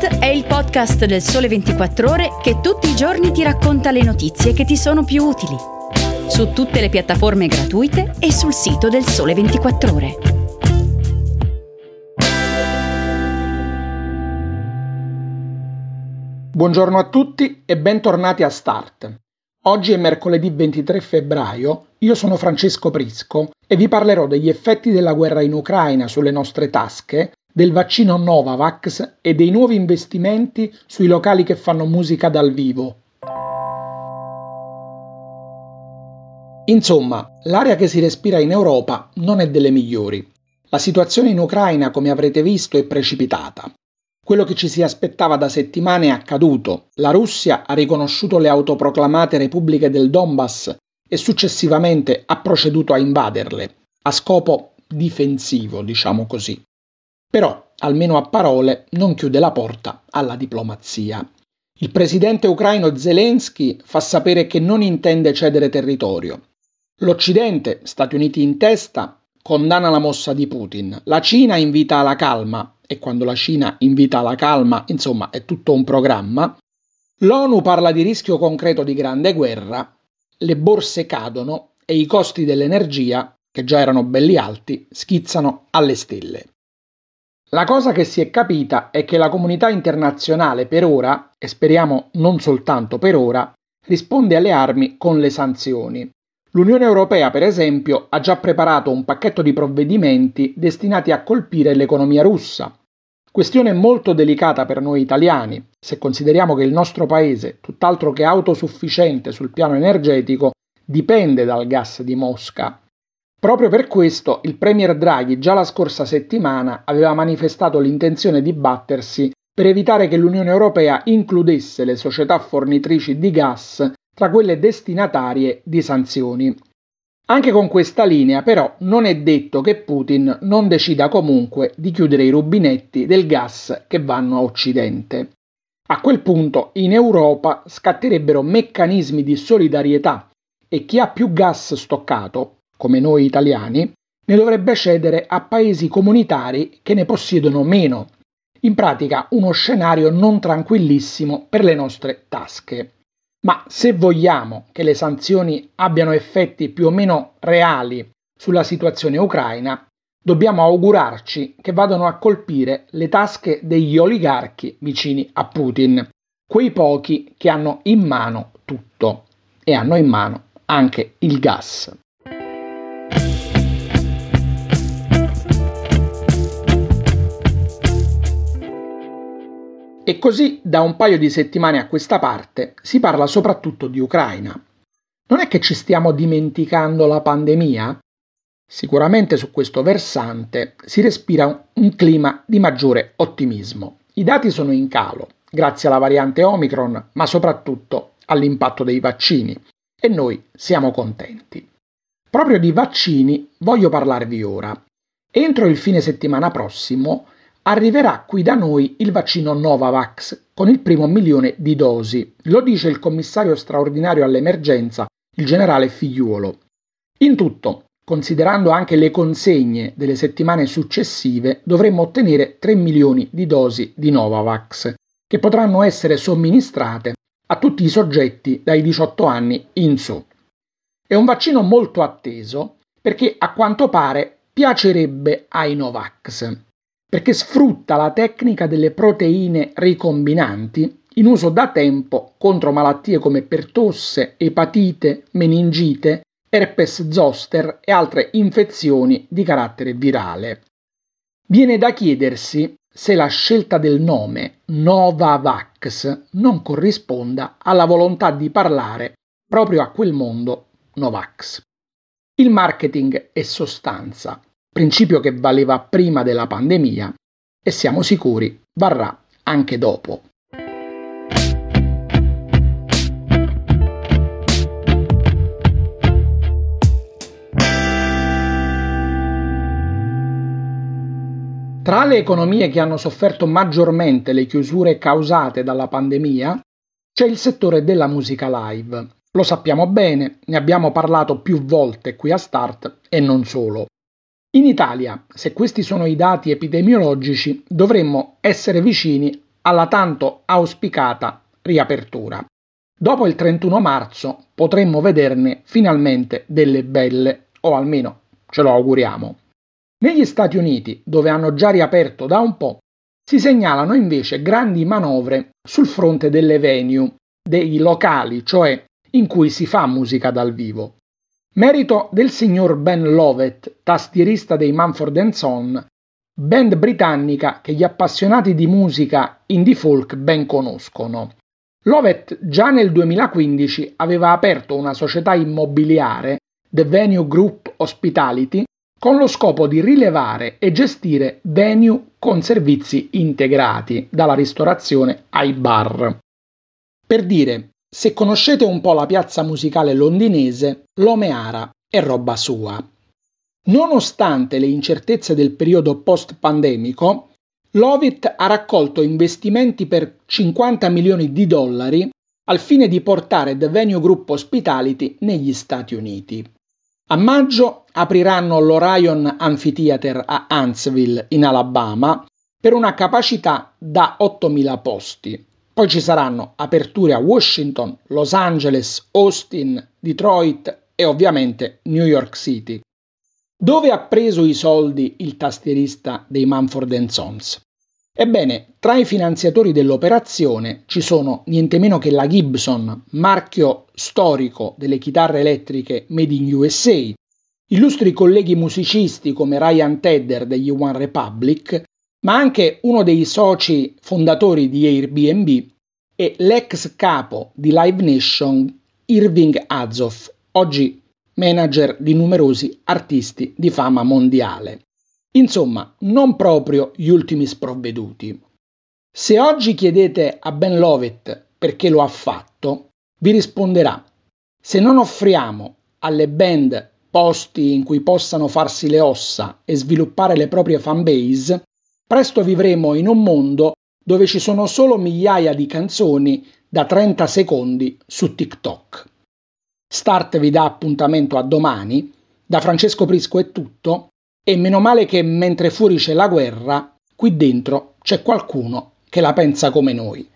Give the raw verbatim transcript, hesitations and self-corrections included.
Start è il podcast del Sole ventiquattro Ore che tutti i giorni ti racconta le notizie che ti sono più utili. Su tutte le piattaforme gratuite e sul sito del Sole ventiquattro Ore. Buongiorno a tutti e bentornati a Start. Oggi è mercoledì ventitré febbraio, io sono Francesco Prisco e vi parlerò degli effetti della guerra in Ucraina sulle nostre tasche, del vaccino Novavax e dei nuovi investimenti sui locali che fanno musica dal vivo. Insomma, l'aria che si respira in Europa non è delle migliori. La situazione in Ucraina, come avrete visto, è precipitata. Quello che ci si aspettava da settimane è accaduto. La Russia ha riconosciuto le autoproclamate repubbliche del Donbass e successivamente ha proceduto a invaderle, a scopo difensivo, diciamo così. Però, almeno a parole, non chiude la porta alla diplomazia. Il presidente ucraino Zelensky fa sapere che non intende cedere territorio. L'Occidente, Stati Uniti in testa, condanna la mossa di Putin. La Cina invita alla calma, e quando la Cina invita alla calma, insomma, è tutto un programma. L'ONU parla di rischio concreto di grande guerra, le borse cadono e i costi dell'energia, che già erano belli alti, schizzano alle stelle. La cosa che si è capita è che la comunità internazionale per ora, e speriamo non soltanto per ora, risponde alle armi con le sanzioni. L'Unione Europea, per esempio, ha già preparato un pacchetto di provvedimenti destinati a colpire l'economia russa. Questione molto delicata per noi italiani, se consideriamo che il nostro paese, tutt'altro che autosufficiente sul piano energetico, dipende dal gas di Mosca. Proprio per questo il premier Draghi già la scorsa settimana aveva manifestato l'intenzione di battersi per evitare che l'Unione Europea includesse le società fornitrici di gas tra quelle destinatarie di sanzioni. Anche con questa linea, però, non è detto che Putin non decida comunque di chiudere i rubinetti del gas che vanno a Occidente. A quel punto in Europa scatterebbero meccanismi di solidarietà e chi ha più gas stoccato, come noi italiani, ne dovrebbe cedere a paesi comunitari che ne possiedono meno. In pratica uno scenario non tranquillissimo per le nostre tasche. Ma se vogliamo che le sanzioni abbiano effetti più o meno reali sulla situazione ucraina, dobbiamo augurarci che vadano a colpire le tasche degli oligarchi vicini a Putin, quei pochi che hanno in mano tutto e hanno in mano anche il gas. E così da un paio di settimane a questa parte si parla soprattutto di Ucraina. Non è che ci stiamo dimenticando la pandemia? Sicuramente su questo versante si respira un clima di maggiore ottimismo. I dati sono in calo, grazie alla variante Omicron, ma soprattutto all'impatto dei vaccini, e noi siamo contenti. Proprio di vaccini voglio parlarvi ora. Entro il fine settimana prossimo arriverà qui da noi il vaccino Novavax con il primo milione di dosi, lo dice il commissario straordinario all'emergenza, il generale Figliuolo. In tutto, considerando anche le consegne delle settimane successive, dovremmo ottenere tre milioni di dosi di Novavax, che potranno essere somministrate a tutti i soggetti dai diciotto anni in su. È un vaccino molto atteso perché a quanto pare piacerebbe ai Novax, perché sfrutta la tecnica delle proteine ricombinanti in uso da tempo contro malattie come pertosse, epatite, meningite, herpes zoster e altre infezioni di carattere virale. Viene da chiedersi se la scelta del nome Novavax non corrisponda alla volontà di parlare proprio a quel mondo Novax. Il marketing è sostanza, principio che valeva prima della pandemia e siamo sicuri varrà anche dopo. Tra le economie che hanno sofferto maggiormente le chiusure causate dalla pandemia c'è il settore della musica live. Lo sappiamo bene, ne abbiamo parlato più volte qui a Start e non solo. In Italia, se questi sono i dati epidemiologici, dovremmo essere vicini alla tanto auspicata riapertura. Dopo il trentuno marzo potremmo vederne finalmente delle belle, o almeno ce lo auguriamo. Negli Stati Uniti, dove hanno già riaperto da un po', si segnalano invece grandi manovre sul fronte delle venue, dei locali, cioè in cui si fa musica dal vivo. Merito del signor Ben Lovett, tastierista dei Mumford and Sons, band britannica che gli appassionati di musica indie folk ben conoscono. Lovett già nel duemilaquindici aveva aperto una società immobiliare, The Venue Group Hospitality, con lo scopo di rilevare e gestire venue con servizi integrati, dalla ristorazione ai bar. Per dire, se conoscete un po' la piazza musicale londinese, l'Omeara è roba sua. Nonostante le incertezze del periodo post-pandemico, Lovett ha raccolto investimenti per cinquanta milioni di dollari al fine di portare The Venue Group Hospitality negli Stati Uniti. A maggio apriranno l'Orion Amphitheater a Huntsville, in Alabama, per una capacità da ottomila posti. Poi ci saranno aperture a Washington, Los Angeles, Austin, Detroit e ovviamente New York City. Dove ha preso i soldi il tastierista dei Mumford and Sons? Ebbene, tra i finanziatori dell'operazione ci sono niente meno che la Gibson, marchio storico delle chitarre elettriche made in U S A, illustri colleghi musicisti come Ryan Tedder degli One Republic, ma anche uno dei soci fondatori di Airbnb e l'ex capo di Live Nation, Irving Azoff, oggi manager di numerosi artisti di fama mondiale. Insomma, non proprio gli ultimi sprovveduti. Se oggi chiedete a Ben Lovett perché lo ha fatto, vi risponderà: se non offriamo alle band posti in cui possano farsi le ossa e sviluppare le proprie fanbase, presto vivremo in un mondo dove ci sono solo migliaia di canzoni da trenta secondi su TikTok. Start vi dà appuntamento a domani. Da Francesco Prisco è tutto, e meno male che mentre fuori c'è la guerra, qui dentro c'è qualcuno che la pensa come noi.